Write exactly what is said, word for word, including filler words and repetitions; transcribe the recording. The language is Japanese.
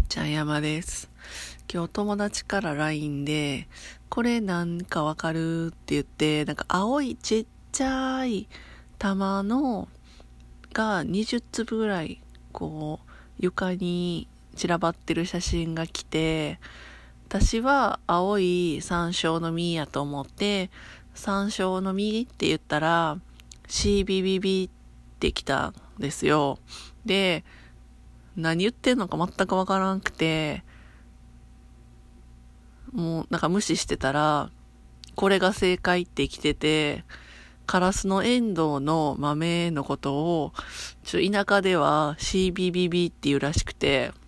ちゃん山です。今日友達から ライン で、これなんかわかるって言って、なんか青いちっちゃい玉のがにじゅっつぶぐらい、こう、床に散らばってる写真が来て、私は青い山椒の実やと思って、山椒の実って言ったら、シービビビって来たんですよ。で、何言ってんのか全くわからんくて、もうなんか無視してたら、これが正解って来てて、カラスのエンドウの豆のことを、ちょ田舎では シービビビ っていうらしくて、